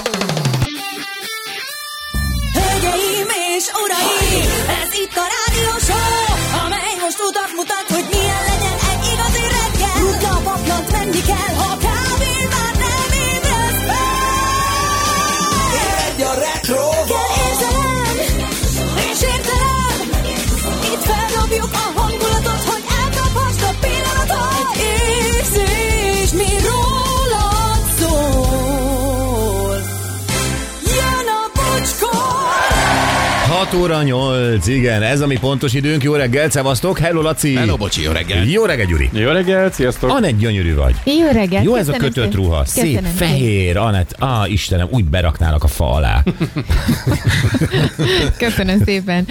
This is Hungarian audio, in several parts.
Hölgyeim és uraim, ez itt a rádió show, amely most utat mutat, hogy milyen legyen egy igazi reggel. Rutna a paplant, menni kell, ha kávé már nem ébresz fel. Egy a retro. Kell érzelem és értelem, itt feldobjuk a hangulatot, hogy elkaphast a pillanatot. Egy érzés, mi rólad szól. Jön a Bocskor! 6 óra 8, igen, ez a mi pontos időnk. Jó reggel, szevasztok, hello Laci. Hello, bocsi, jó reggel. Jó reggel, Gyuri. Jó reggelt, sziasztok! Anett, gyönyörű vagy. Jó reggelt! Jó ez a kötött ruha, szép, fehér, Anett, Istenem, úgy beraknálak a fa alá. Köszönöm szépen.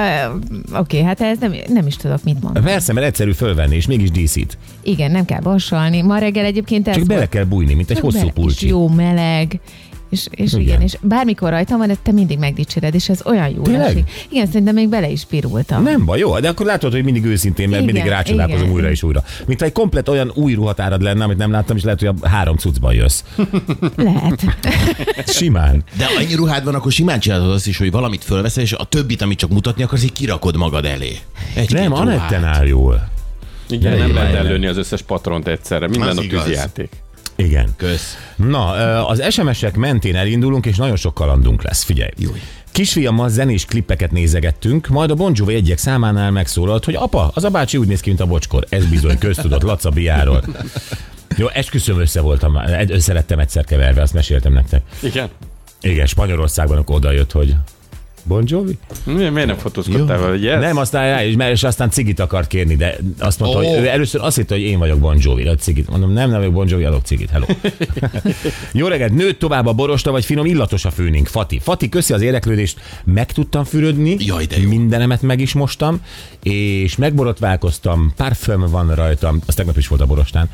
Oké, hát ez nem is tudok mit mondani. Persze, mert egyszerű fölvenni, és mégis díszít. Igen, nem kell vasalni. Ma reggel egyébként ez Csak bele kell bújni, mint egy Csak hosszú bele, pulcsi. És jó meleg. És igen, és bármikor rajtam van, de te mindig megdicséred, és ez olyan jó Tényleg? esik. Igen, szerintem még bele is pirultam. Nem baj, jó, de akkor látod, hogy mindig őszintén, mert Igen, mindig rácsodálkozom igen. újra és újra. Mint egy komplet olyan új ruhatárad lenne, amit nem láttam, és lehet, hogy a 3 cuccban jössz. Lehet. Simán. De annyi ruhád van, akkor simán csinálod azt is, hogy valamit fölveszel, és a többit, amit csak mutatni akarsz, így kirakod magad elé. Nem, Anetten áll jól. Igen, De nem jó, lehet nem. ellőni az összes patront egyszerre, minden Az nap igaz. tűzijáték. Igen. Kösz. Na, az SMS-ek mentén elindulunk, és nagyon sok kalandunk lesz, figyelj. Jó. Kisfiammal zenés klippeket nézegettünk, majd a Bon Jovi egyik számánál megszólalt, hogy apa, az a bácsi úgy néz ki, mint a Bocskor. Ez bizony köztudott Laca Biáról. Jó, esküszöm, összelettem egyszer keverve, azt meséltem nektek. Igen? Igen, Spanyolországban akkor odajött, hogy Bon Jovi? Miért nem fotózkodtál vele? Yes? Nem, aztán rá is, és aztán cigit akart kérni, de azt mondta, hogy ő először azt hitte, hogy én vagyok Bon Jovi, adj cigit. Mondom, nem vagyok Bon Jovi, adok cigit, hello. Jó reggelt, nőtt tovább a borosta, vagy finom illatos a főnink? Fati, köszi az érdeklődést, meg tudtam fürödni, Jaj, de jó. mindenemet meg is mostam, és megborotválkoztam, parfüm van rajtam, az tegnap is volt a borostán,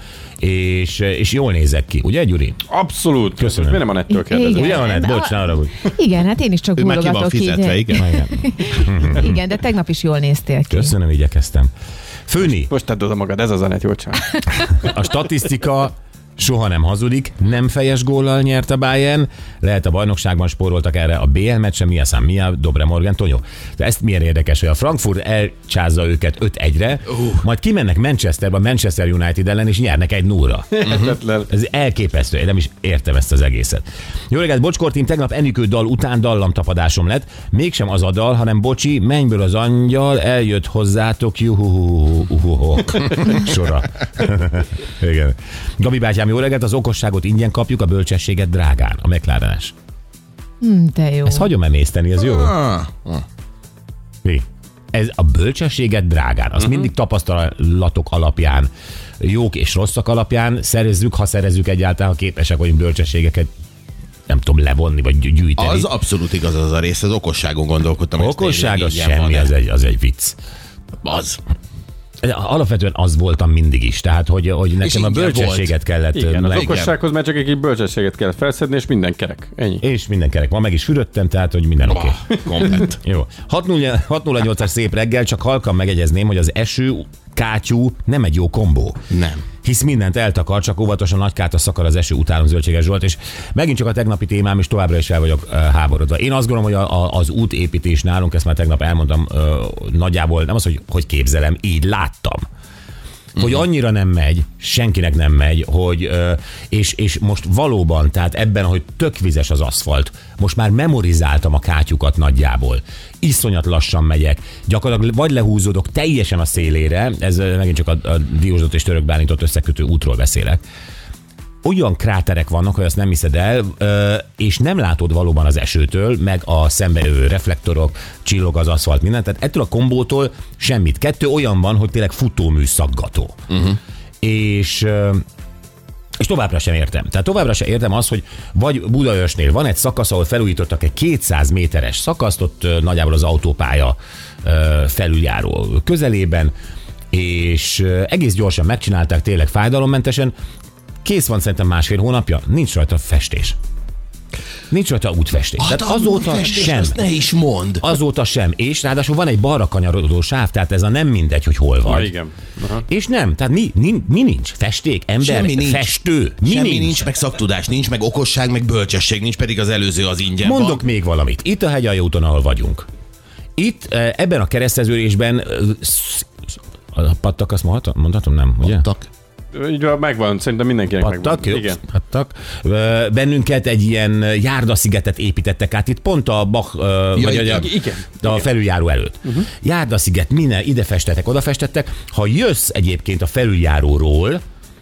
és jól nézek ki, ugye, Gyuri? Abszolút. Köszönöm. Miért nem Anettől kérdezem? Igen. Ugye, Anett? Bocs, ne arra, hogy... Igen, hát én is csak Ő már ki van bólogatok így. fizetve, igen. Igen, de tegnap is jól néztél ki. Köszönöm, igyekeztem. Főni, Most tedd oda magad, ez az Anett, jó csinál. a statisztika soha nem hazudik, nem fejes góllal nyert a Bayern, lehet a bajnokságban spóroltak erre a BL meccsen, mi a szám, mi a Dobre Morgan, Tonyó. De ezt milyen érdekes, hogy a Frankfurt elcsázza őket 5-1-re, majd kimennek Manchesterbe, a Manchester United ellen, és nyernek 1-0-ra. Hihetetlen. Ez elképesztő, én nem is értem ezt az egészet. Jó reggelt, Bocskor team, tegnap Enikő dal után dallamtapadásom lett, mégsem az a dal, hanem bocsi, mennyből az angyal, eljött hozzátok, juhuhuhuhuhok. Sora. Igen. Gabi bátyám, jó reggelt, az okosságot ingyen kapjuk, a bölcsességet drágán, a McLaren-es. De jó. Ezt hagyom emészteni, ez jó? Mi? Ez a bölcsességet drágán, azt mindig tapasztalatok alapján, jók és rosszak alapján szerezzük, ha szerezzük egyáltalán, ha képesek vagyunk bölcsességeket, nem tudom, levonni vagy gyűjteni. Az abszolút igaz az a rész, az okosságon gondolkodtam. hogy Okosság az tényleg semmi, ilyen van-e. az egy vicc. Az. Alapvetően az voltam mindig is, tehát hogy nekem a ingyen bölcsességet volt. kellett Igen, az meg, okossághoz már csak egy bölcsességet kell felszedni, és minden kerek. Ennyi. és minden kerek van, meg is fürödtem, tehát hogy minden oké. Komplett. Jó. 608-as szép reggel, csak halkan megegyezném, hogy az eső, kátyú nem egy jó kombó. Nem. Hisz mindent eltakar, csak óvatosan nagy káta szakad az eső után, Zöldséges Zsolt, és megint csak a tegnapi témám, és továbbra is fel vagyok háborodva. Én azt gondolom, hogy az útépítés nálunk, ezt már tegnap elmondtam, nagyjából nem az, hogy képzelem, így láttam. Hogy annyira nem megy, senkinek nem megy, hogy, és most valóban, tehát ebben, hogy tök vizes az aszfalt, most már memorizáltam a kátyukat nagyjából. Iszonyat lassan megyek, gyakorlatilag vagy lehúzódok teljesen a szélére, ez megint csak a Diósdott és Török Bálintot összekötő útról beszélek. Olyan kráterek vannak, hogy azt nem hiszed el, és nem látod valóban az esőtől, meg a szembejövő reflektorok, csillog az aszfalt, minden. Tehát ettől a kombótól semmit. 2 olyan van, hogy tényleg futómű szaggató. És továbbra sem értem. Tehát továbbra sem értem azt, hogy vagy Budaörsnél van egy szakasz, ahol felújítottak egy 200 méteres szakaszt, ott nagyjából az autópálya felüljáró közelében, és egész gyorsan megcsinálták, tényleg fájdalommentesen. Kész van szerintem 1,5 hónapja, nincs rajta festés. Nincs rajta útfesték. Tehát azóta sem. Azt ne is mondd. Azóta sem. És ráadásul van egy balra kanyarodó sáv, tehát ez a nem mindegy, hogy hol vagy. Igen. És nem, tehát mi nincs? Festék, ember, Semmi nincs. festő. Semmi nincs, meg szaktudás nincs, meg okosság, meg bölcsesség nincs, pedig az előző az ingyen Mondok van. még valamit. Itt a Hegyalja úton, ahol vagyunk. Itt ebben a kereszteződésben pattak, azt mondhatom, nem, ugye? Pattak. Így van, megvan, szerintem mindenkinek Pattak, megvan. jó, Igen. pattak. Bennünket egy ilyen járdaszigetet építettek át, itt pont a Bach, vagy igen. a felüljáró előtt. Járdasziget, minden, ide festettek, oda festettek. Ha jössz egyébként a felüljáróról,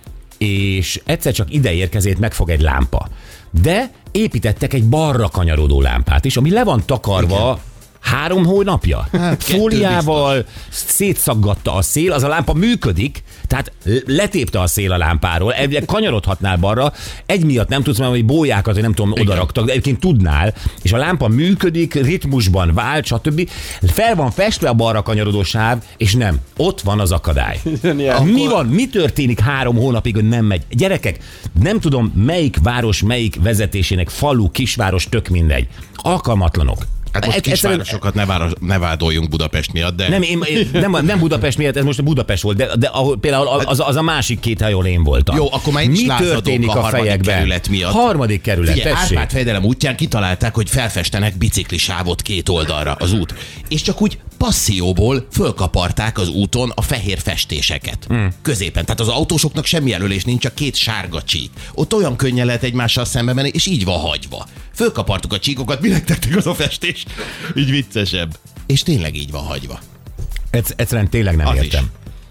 és egyszer csak ide érkezét megfog egy lámpa. De építettek egy balra kanyarodó lámpát is, ami le van takarva 3 hónapja. Hát, Fóliával szétszaggatta a szél, az a lámpa működik, tehát letépte a szél a lámpáról, elvileg kanyarodhatnál balra, egy miatt nem tudsz, mert hogy bójákat, hogy nem tudom, odaraktak, de egyébként tudnál, és a lámpa működik, ritmusban vált, stb. Fel van festve a balra kanyarodó sáv, és nem, ott van az akadály. Mi van, mi történik 3 hónapig, hogy nem megy? Gyerekek, nem tudom, melyik város, melyik vezetésének, falu, kisváros, tök mindegy. Alkalmatlanok. Hát most kisvárosokat ne vádoljunk Budapest miatt, de... Nem Budapest miatt, ez most a Budapest volt, de ahol, például az a másik 2 hely, ahol én voltam. Jó, akkor már mi történik a fejekben? Kerület miatt. Harmadik kerület, Figyelj, tessék. Árpád fejedelem útján kitalálták, hogy felfestenek biciklisávot 2 oldalra az út. És csak úgy passzióból fölkaparták az úton a fehér festéseket. Középen. Tehát az autósoknak semmi jelölés nincs, csak 2 sárga csík. Ott olyan könnyen lehet egymással szembe menni, és így van hagyva. Fölkapartuk a csíkokat, minek tették az a festés? Így viccesebb. És tényleg így van hagyva. Egyszerűen tényleg nem Az értem.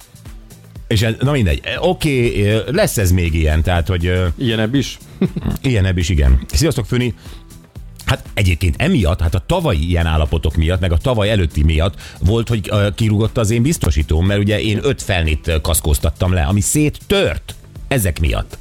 És na mindegy. Oké, lesz ez még ilyen, tehát, hogy... Ilyenebb is. Ilyenebb is, igen. Sziasztok, Főni! Hát egyébként emiatt, hát a tavalyi ilyen állapotok miatt, meg a tavaly előtti miatt volt, hogy kirúgott az én biztosítóm, mert ugye én 5 felnit kaszkóztattam le, ami széttört ezek miatt.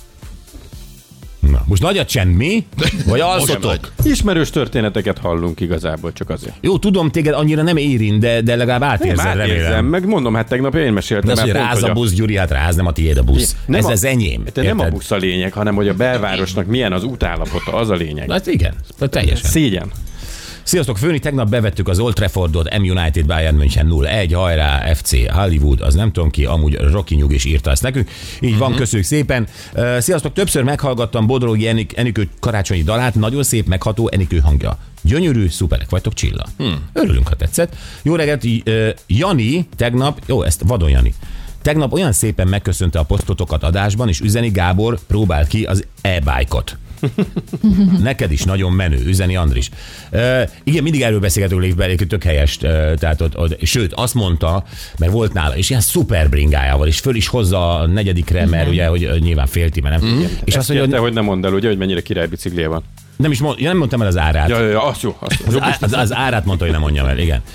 Na, most nagy a csend, mi? Vagy alszotok? Ismerős történeteket hallunk igazából, csak azért. Jó, tudom, téged annyira nem érint, de legalább átérzem, remélem. Meg mondom, hát tegnap én meséltem. De az, hogy pont, ráz a busz, Gyuri, hát ráz, nem a tiéd a busz. Nem Ez enyém. De nem a busz a lényeg, hanem hogy a belvárosnak milyen az útállapota, az a lényeg. Hát igen, teljesen. Szégyen. Sziasztok, Főni, tegnap bevettük az Old Traffordot, M United Bayern München 0-1, hajrá, FC Hollywood, az nem tudom ki, amúgy Rocky Nyug is írta ezt nekünk. Így van, köszönjük szépen. Sziasztok, többször meghallgattam Bodrogi Enikő karácsonyi dalát, nagyon szép, megható Enikő hangja. Gyönyörű, szuperek vagytok, Csilla. Örülünk, ha tetszett. Jó reggelt, Jani tegnap, jó, ezt Vadon Jani. Tegnap olyan szépen megköszönte a posztotokat adásban, és üzeni Gábor, próbál ki az e-bike-ot. Neked is nagyon menő, üzeni Andris. Igen, mindig erről beszélgetünk Lévben, tök helyes, tehát sőt, azt mondta, mert volt nála, és ilyen szuper bringájával, és föl is hozza a 4-re, mert ugye, hogy nyilván féltime, nem? És azt mondja, hogy nem mondd el, ugye, hogy mennyire királybiciklije van. Nem mondtam el az árát. Ja, azt jó. Az árát mondta, hogy nem mondjam el, igen.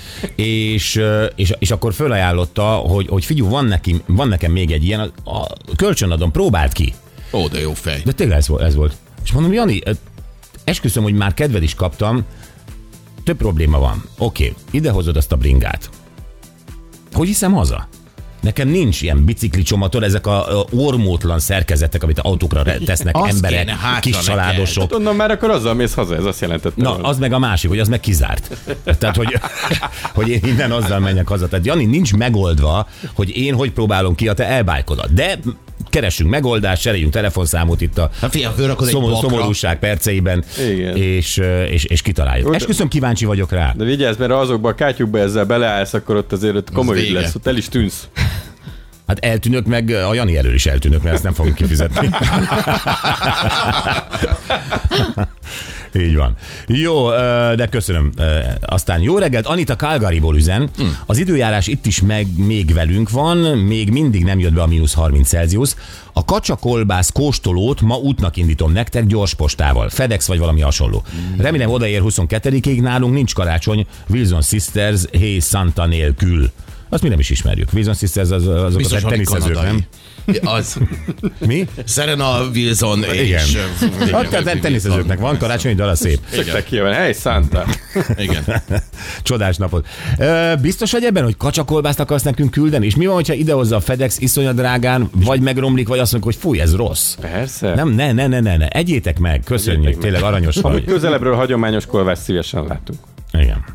És akkor fölajánlotta, hogy figyelj, van nekem még egy ilyen, a kölcsönadom, próbáld ki. Ó, de jó fej. De tényleg ez volt. És mondom, Jani, esküszöm, hogy már kedved is kaptam, több probléma van. Oké, idehozod azt a bringát. Hogy hiszem haza? Nekem nincs ilyen biciklicsomator, ezek a ormótlan szerkezetek, amit autókra tesznek azt emberek, kéne, hátra kis neked. családosok. Hát onnan már akkor azzal mész haza, ez azt jelentette. Na, az meg a másik, hogy az meg kizárt. Tehát, hogy én innen azzal menjek haza. Tehát, Jani, nincs megoldva, hogy én hogy próbálom ki a te e-bike-odat. De keressünk megoldást, cseréljünk telefonszámot itt a szomorúság perceiben, és kitaláljuk. Esküszöm, kíváncsi vagyok rá. De vigyázz, mert azokba a kátyukba ezzel beleállsz, akkor ott azért komoly ügy lesz, ott el is tűnsz. Hát eltűnök, meg a Jani elől is eltűnök, mert ezt nem fogunk kifizetni. Így van. Jó, de köszönöm. Aztán jó reggelt, Anita Calgaryból üzen. Az időjárás itt is még velünk van, még mindig nem jött be a -30 Celsius. A kacsakolbász kóstolót ma útnak indítom nektek gyors postával. FedEx vagy valami hasonló. Remélem odaér 22-ig, nálunk nincs karácsony, Wilson Sisters, Hey Santa nélkül. Azt mi nem is ismerjük. Wilson Sisters azok Biztos a teniszezők, nem? Az. Mi? Serena Wilson Igen. és... Hát teniszezőknek van karácsonyi dala szép. Szöktek ki, hey Santa. Igen. Csodás napot. Biztos vagy ebben, hogy kacsakolbászt akarsz nekünk küldeni? És mi van, hogyha idehozza a FedEx iszonyat drágán, vagy megromlik, vagy azt mondjuk, hogy fúj, ez rossz? Persze. Nem, ne. Egyétek meg, köszönjük, Egyétek meg. tényleg aranyos Amúgy vagy. közelebbről hagyományos kolbászt szívesen látunk. Igen.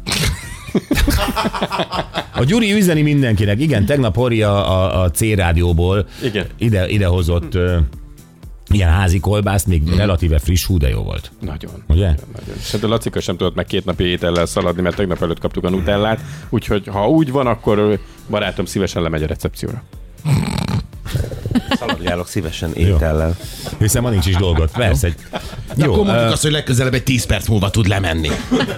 A Gyuri üzeni mindenkinek. Igen, tegnap Hori a C-rádióból Igen. ide hozott ilyen házi kolbászt, még relatíve friss, hú, de jó volt. Nagyon. Ugye? Nagyon. Szerintem Lacika sem tudott meg 2 napi étellel szaladni, mert tegnap előtt kaptuk a nutellát, úgyhogy ha úgy van, akkor barátom szívesen lemegy a recepcióra. Szaladgálok szívesen étellel. Hiszen ma nincs is dolgot. Persze. De akkor mondjuk azt, hogy legközelebb egy 10 perc múlva tud lemenni.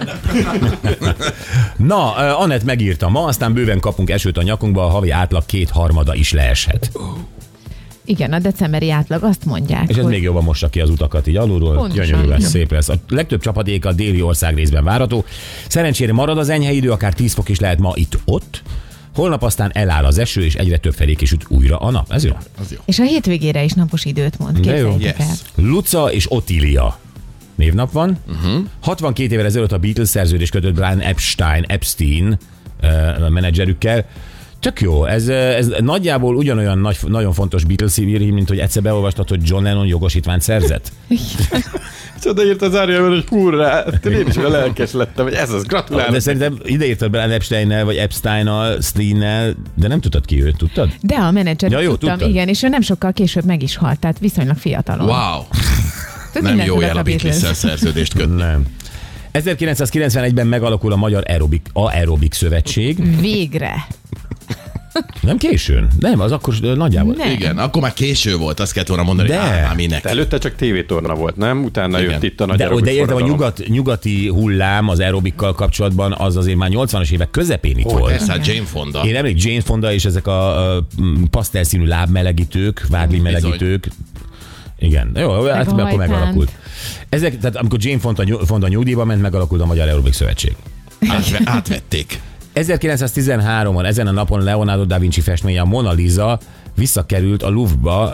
Na, Anett megírta ma, aztán bőven kapunk esőt a nyakunkba, a havi átlag 2/3 is leeshet. Igen, a decemberi átlag azt mondják, És ez hogy még jobban mossa ki az utakat így alulról. Pontosan. Gyönyörű lesz, szép lesz. A legtöbb csapadék a déli ország részben várható. Szerencsére marad az enyhe idő, akár 10 fok is lehet ma itt-ott. Holnap aztán eláll az eső, és egyre több felé kisüt újra a nap. Ez jó? és a hétvégére is napos időt mond. De jó. Képzeljétek el. Yes. Luca és Otília névnap van. 62 évvel ezelőtt a Beatles szerződés kötött Brian Epstein menedzserükkel. Tök jó, ez nagyjából ugyanolyan nagyon fontos Beatles hír, mint hogy egyszer beolvastad, hogy John Lennon jogosítványt szerzett. És odaírt az árjában, hogy hurrá, én is olyan lelkes lettem, hogy ez az, gratulálok. De szerintem ideírtad Brian Epsteinnel, vagy Epsteinnel, Steennel, de nem tudtad ki őt, tudtad? De a menedzser, Ja, jó, tudtam, tudtad. igen, és ő nem sokkal később meg is halt, tehát viszonylag fiatalon. Wow. Tehát Nem mindent jó tudok jel a Beatles-szel szerződést kötni. Nem. 1991-ben megalakul a Magyar Aerobik Szövetség. Végre. Nem későn? Nem, az akkor nagyjából. Nem. Igen, akkor már késő volt, azt kellett volna mondani, De. hogy á, minek. De előtte csak tévétorna volt, nem? Utána Igen. jött itt a nagy De aerobik értem, a forradalom. nyugati hullám az aerobikkal kapcsolatban az azért már 80-as évek közepén itt volt. Persze, hát Jane Fonda. Én emlékszem, Jane Fonda és ezek a pasztelszínű lábmelegítők, vádli melegítők. Igen, jó, hát a akkor hajtánt. megalakult. Tehát amikor Jane Fonda nyugdíjba ment, megalakult a Magyar Aerobik Szövetség. Átvették. 1913-ban ezen a napon Leonardo da Vinci festménye, a Mona Lisa visszakerült a Louvre-ba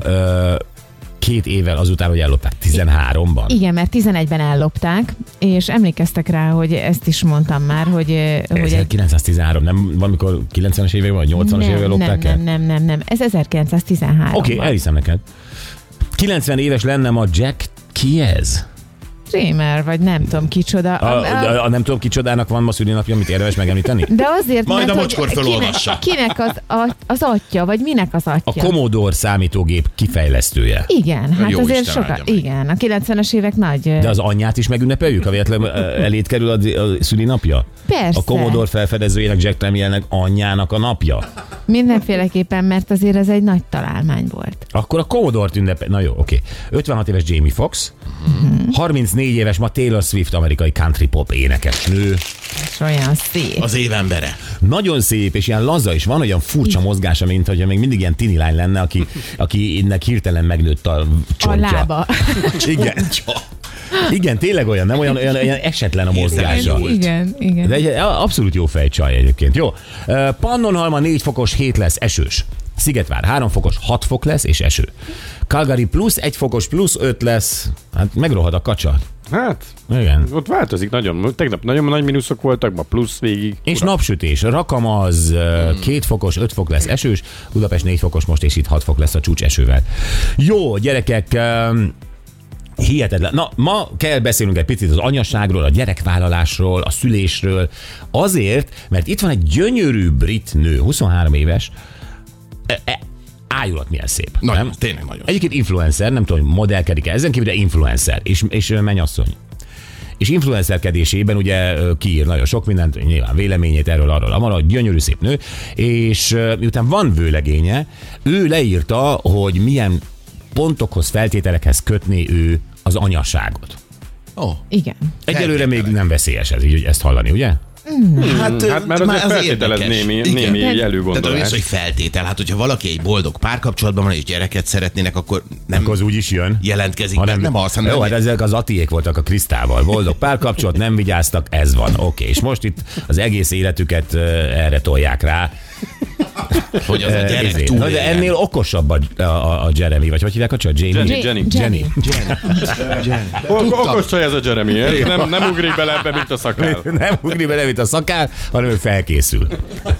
2 évvel azután, hogy ellopták. 13-ban. Igen, mert 11-ben ellopták, és emlékeztek rá, hogy ezt is mondtam már, hogy egy 1913, nem valamikor 90-es években, vagy 80-as években lopták el? nem. Ez 1913. Oké, elhiszem neked. 90 éves lenne ma Jack, ki ez? Dreamer, vagy nem tudom kicsoda. A nem tudom kicsodának van ma szülinapja, amit érdemes megemlíteni? De azért, Majd mert a mocskor hogy felolvassa. kinek az atya, vagy minek az atya? A Commodore számítógép kifejlesztője. Igen, hát Jó azért Isten sokat. áldja meg. Igen, a 90-es évek nagy. De az anyját is megünnepeljük, ha véletlenül elét kerül a szülinapja? Persze. A Commodore felfedezőjének, Jack Tramielnek anyjának a napja? Mindenféleképpen, mert azért ez egy nagy találmány volt. Akkor a Commodore-t ünnepel. Na jó, oké. 56 éves Jamie Foxx, 34 éves ma Taylor Swift, amerikai country pop énekesnő. És olyan szép. Az évembere. Nagyon szép, és ilyen laza is van, olyan furcsa mozgása, mint hogy még mindig ilyen tini lány lenne, akinek hirtelen megnőtt a A csontja. lába. Igen. Igen, tényleg olyan, nem olyan esetlen a mozgása. Igen. De egy abszolút jó fejcsaj egyébként. Jó. Pannonhalma 4 fokos, 7 lesz, esős. Szigetvár 3 fokos, 6 fok lesz, és eső. Calgary plusz 1 fokos, plusz 5 lesz. Hát megrohad a kacsa. Hát, Igen. ott változik nagyon. Tegnap nagyon nagy mínuszok voltak, ma plusz végig. És napsütés. Rakam az 2 fokos, 5 fok lesz esős, Budapest 4 fokos most, és itt 6 fok lesz a csúcs esővel. Jó, gyerekek, hihetetlen. Na, ma kell beszélnünk egy picit az anyasságról, a gyerekvállalásról, a szülésről. Azért, mert itt van egy gyönyörű brit nő, 23 éves, ájulat milyen szép. Nagyon, nem? tényleg nagyon. Egyébként influencer, nem tudom, hogy modellkedik-e ezen kívül, de influencer, és mennyasszony. És influencerkedésében ugye kiír nagyon sok mindent, nyilván véleményét erről, arról, amarra, gyönyörű szép nő, és miután van vőlegénye, ő leírta, hogy milyen pontokhoz, feltételekhez kötné ő az anyaságot. Igen. Egyelőre még nem veszélyes ez, így, hogy ezt hallani, ugye? Hát már azért feltételez némi Tehát előgondolás. az, hogy feltétel. Hát, hogyha valaki egy boldog párkapcsolatban van és gyereket szeretnének, akkor nem Akkor az úgy is jön. jelentkezik. Nem az, hanem jó, hát ezek az Atiék voltak a Krisztával. Boldog párkapcsolat, nem vigyáztak, ez van. Oké, és most itt az egész életüket erre tolják rá. Hogy az a gyerek Na, de túléljen. ennél okosabb a Jeremy, vagy hogy hívják a csaj? Jenny. Okos csaj ez a Jeremy, nem ugrik bele ebbe, mint a szakál. Nem ugrik bele, mint a szakál, hanem ő felkészül.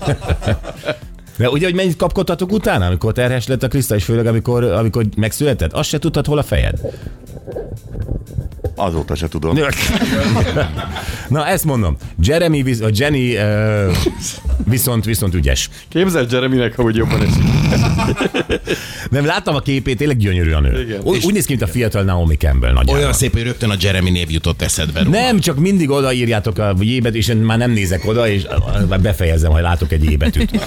De ugye, hogy mennyit kapkodtatok utána, amikor terhes lett a Kriszta, és főleg amikor megszületett? Azt se tudtad, hol a fejed? Azóta se tudom. Na, ezt mondom. Jenny viszont ügyes. Képzeld Jeremynek, ha úgy jobban esik. Nem, láttam a képét, tényleg gyönyörű a nő. Igen. Úgy néz ki, mint a fiatal Naomi Campbell nagyjából. Olyan szép, hogy rögtön a Jeremy név jutott eszedbe. Nem, csak mindig odaírjátok a jébet, és én már nem nézek oda, és befejezem, hogy látok egy jébetűt.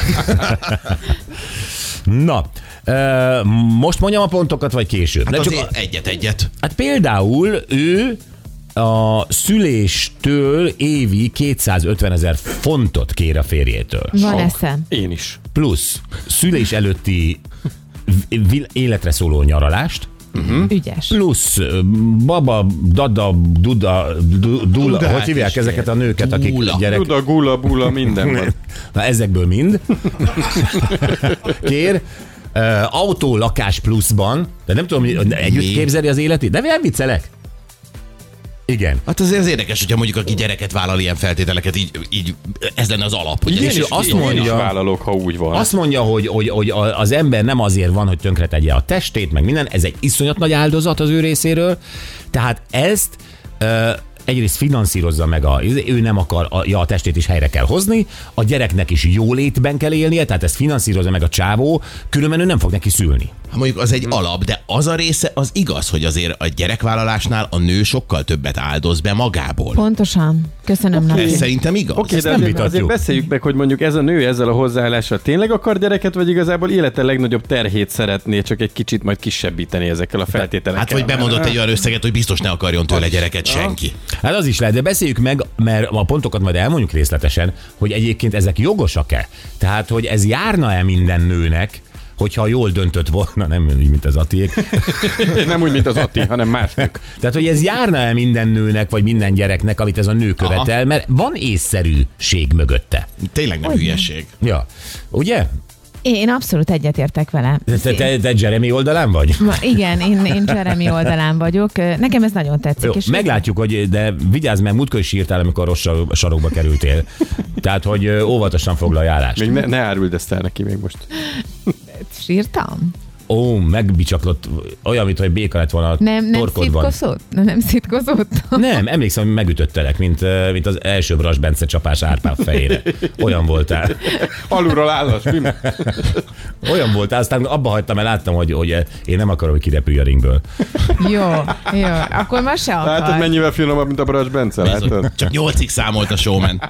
Na, most mondjam a pontokat, vagy később? Hát De azért egyet. Hát például ő a szüléstől évi 250 000 fontot kér a férjétől. Van eszem. Én is. Plusz szülés előtti életre szóló nyaralást, Ügyes. plusz baba, dada, duda, Dudát hogy hívják is ezeket a nőket, akik Dula. gyerek... Duda, gula, bula, minden van. Na, ezekből mind. Kér. Autó, lakás pluszban, de nem tudom, hogy együtt Mi? képzeli az életét, de nem viccelek. Igen. Hát azért az érdekes, hogyha mondjuk aki gyereket vállal ilyen feltételeket, így ez lenne az alap. Hogy Igen, ez és is- azt Én is mondja- vállalok, ha úgy van. Azt mondja, hogy az ember nem azért van, hogy tönkretegye a testét, meg minden, ez egy iszonyat nagy áldozat az ő részéről, tehát ezt egyrészt finanszírozza meg, ő nem akar, a testét is helyre kell hozni, a gyereknek is jólétben kell élnie, tehát ezt finanszírozza meg a csávó, különben ő nem fog neki szülni. Ha mondjuk az egy alap, de az a része az igaz, hogy azért a gyerekvállalásnál a nő sokkal többet áldoz be magából. Pontosan. Köszönöm, Laci. Ez szerintem igaz. Oké, Ezt de nem azért vitatjuk. beszéljük meg, hogy mondjuk ez a nő ezzel a hozzáállással tényleg akar gyereket, vagy igazából élete legnagyobb terhét szeretné csak egy kicsit majd kisebbíteni ezekkel a feltételekkel. Hát, vagy bemondott egy olyan összeget, hogy biztos ne akarjon tőle gyereket senki. Hát az is lehet, de beszéljük meg, mert a pontokat majd elmondjuk részletesen, hogy egyébként ezek jogosak-e. Tehát, hogy ez járna-e minden nőnek, hogyha jól döntött volna, nem úgy, mint az Attiék. Nem úgy, mint az Atti, hanem másnak. Tehát, hogy ez járna-e minden nőnek, vagy minden gyereknek, amit ez a nő követel, mert van észszerűség mögötte. Tényleg nem hülyeség. Ja, ugye? Én abszolút egyetértek vele. Te Jeremy oldalán vagy? Igen, én Jeremy oldalán vagyok. Nekem ez nagyon tetszik. Jó, és meglátjuk, hogy de vigyázz, mert múltkor is sírtál, amikor rossz sarokba kerültél. Tehát, hogy óvatosan foglalj állást. Még ne áruld ezt el neki még most. Sírtam? Ó, megbicsaklott, olyan, mintha egy béka lett volna a Nem torkodban. szitkozott? Nem szitkozottam? Nem, emlékszem, hogy megütöttelek, mint az első Brass Bence csapás Árpád fejére. Olyan voltál. Alulról állas, mi? Olyan voltál, aztán abba hagytam, mert láttam, hogy én nem akarom, hogy kirepülj a ringből. Jó, akkor ma se akar. Látod, mennyivel finomabb, mint a Brass Bence, látod? Csak 8-ig számolt a showman.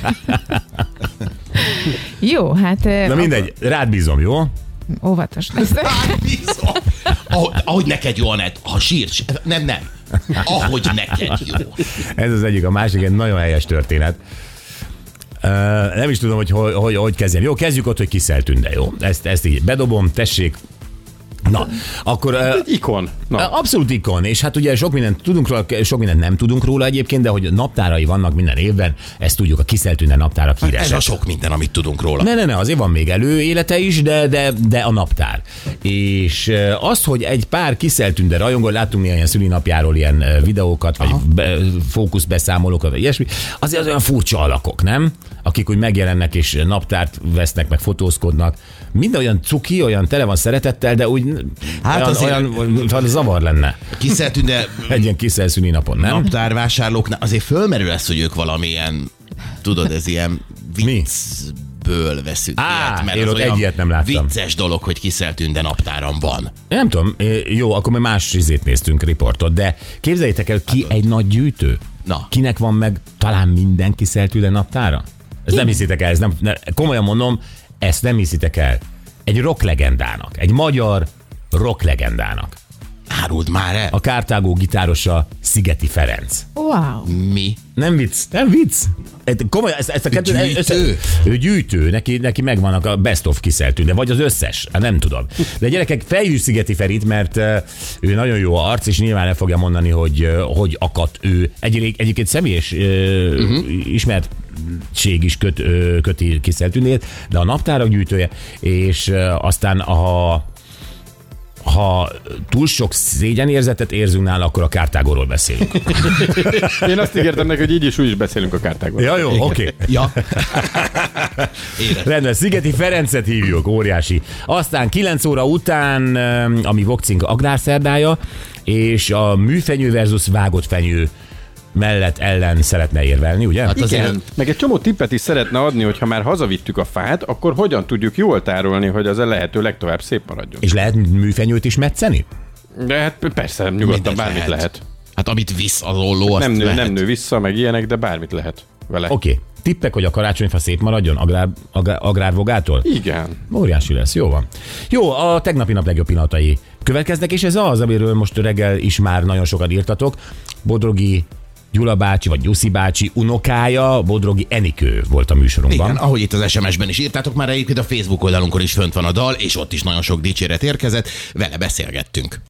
Jó, hát Na mindegy, rád bízom, jó? óvatos leszek. Bízom. Ahogy neked jó, Anett, ha sírsz, nem. Ahogy neked jó. Ez az egyik, a másik egy nagyon helyes történet. Nem is tudom, hogy kezdjem. Jó, kezdjük ott, hogy Kissel Tünde, jó? Ezt így bedobom, tessék. Na, akkor... Ikon. Na. Abszolút ikon, és hát ugye sok mindent tudunk róla, sok mindent nem tudunk róla egyébként, de hogy naptárai vannak minden évben, ezt tudjuk, a Kissel Tünde naptárak Ez híresek. a sok minden, amit tudunk róla. Ne, azért van még előélete is, de a naptár. És az, hogy egy pár Kissel Tünde rajongó, láttunk néha ilyen szülinapjáról ilyen videókat, vagy fókuszbeszámolókat, vagy ilyesmi, azért az olyan furcsa alakok, nem? Akik úgy megjelennek és naptárt vesznek, meg fotózkodnak. Minden olyan cuki, olyan tele van szeretettel, de úgy Hát olyan zavar lenne. Kissel Tünde Egy ilyen Kissel szülinapon, nem? naptárvásárlóknál azért fölmerül lesz, hogy ők valamilyen, tudod, ez ilyen viccből veszünk ilyet, mert én az ott olyan egy ilyet nem láttam. vicces dolog, hogy Kissel Tünde naptáram van. Nem tudom, jó, akkor mi más néztünk, riportot, de képzeljétek el, ki egy nagy gyűjtő? Na. Kinek van meg talán minden Kissel Tünde naptára? Ezt nem hiszitek el, komolyan mondom, ezt nem hiszitek el. Egy rocklegendának, egy magyar rocklegendának. Áruld már el. A Kártágó gitárosa Szigeti Ferenc. Wow. Mi? Nem vicc. Komoly, ezt a kettőt Gyűjtő? Ő gyűjtő, neki megvannak a best of kiszeltűn, de vagy az összes, hát nem tudom. De gyerekek, feljük Szigeti Ferit, mert ő nagyon jó arc, és nyilván el fogja mondani, hogy akadt ő. Egyébként személyes ismertség is köti kiszeltűnét, de a naptárak gyűjtője, és aztán ha túl sok szégyenérzetet érzünk nála, akkor a Kártágóról beszélünk. Én azt ígértem neki, hogy így is úgy is beszélünk a Kártágóról. Ja, jó, oké. Ja. Rendben, Szigeti Ferencet hívjuk, óriási. Aztán 9 óra után a mi Vokcink agrárszerdája, és a műfenyő versus vágott fenyő mellett ellen szeretne érvelni, ugye? Hát Igen, meg egy csomó tippet is szeretne adni, hogy ha már hazavittük a fát, akkor hogyan tudjuk jól tárolni, hogy az a lehető legtovább szép maradjon. És lehet műfenyőt is metszeni? De hát persze, nyugodtan Mindent bármit lehet. Hát amit visz az olló, azt Nem lehet. nő vissza, meg ilyenek, de bármit lehet vele. Oké. Tippek, hogy a karácsonyfa szép maradjon agrárvogától? Igen. Óriási lesz, jó van. Jó, a tegnapi nap legjobb pillanatai következnek, és ez az, amiről most reggel is már nagyon sokat írtatok. Bodrogi Gyula bácsi, vagy Jussi bácsi unokája, Bodrogi Enikő volt a műsorunkban. Igen, ahogy itt az SMS-ben is írtátok, már egyébként a Facebook oldalunkon is fönt van a dal, és ott is nagyon sok dicséret érkezett, vele beszélgettünk.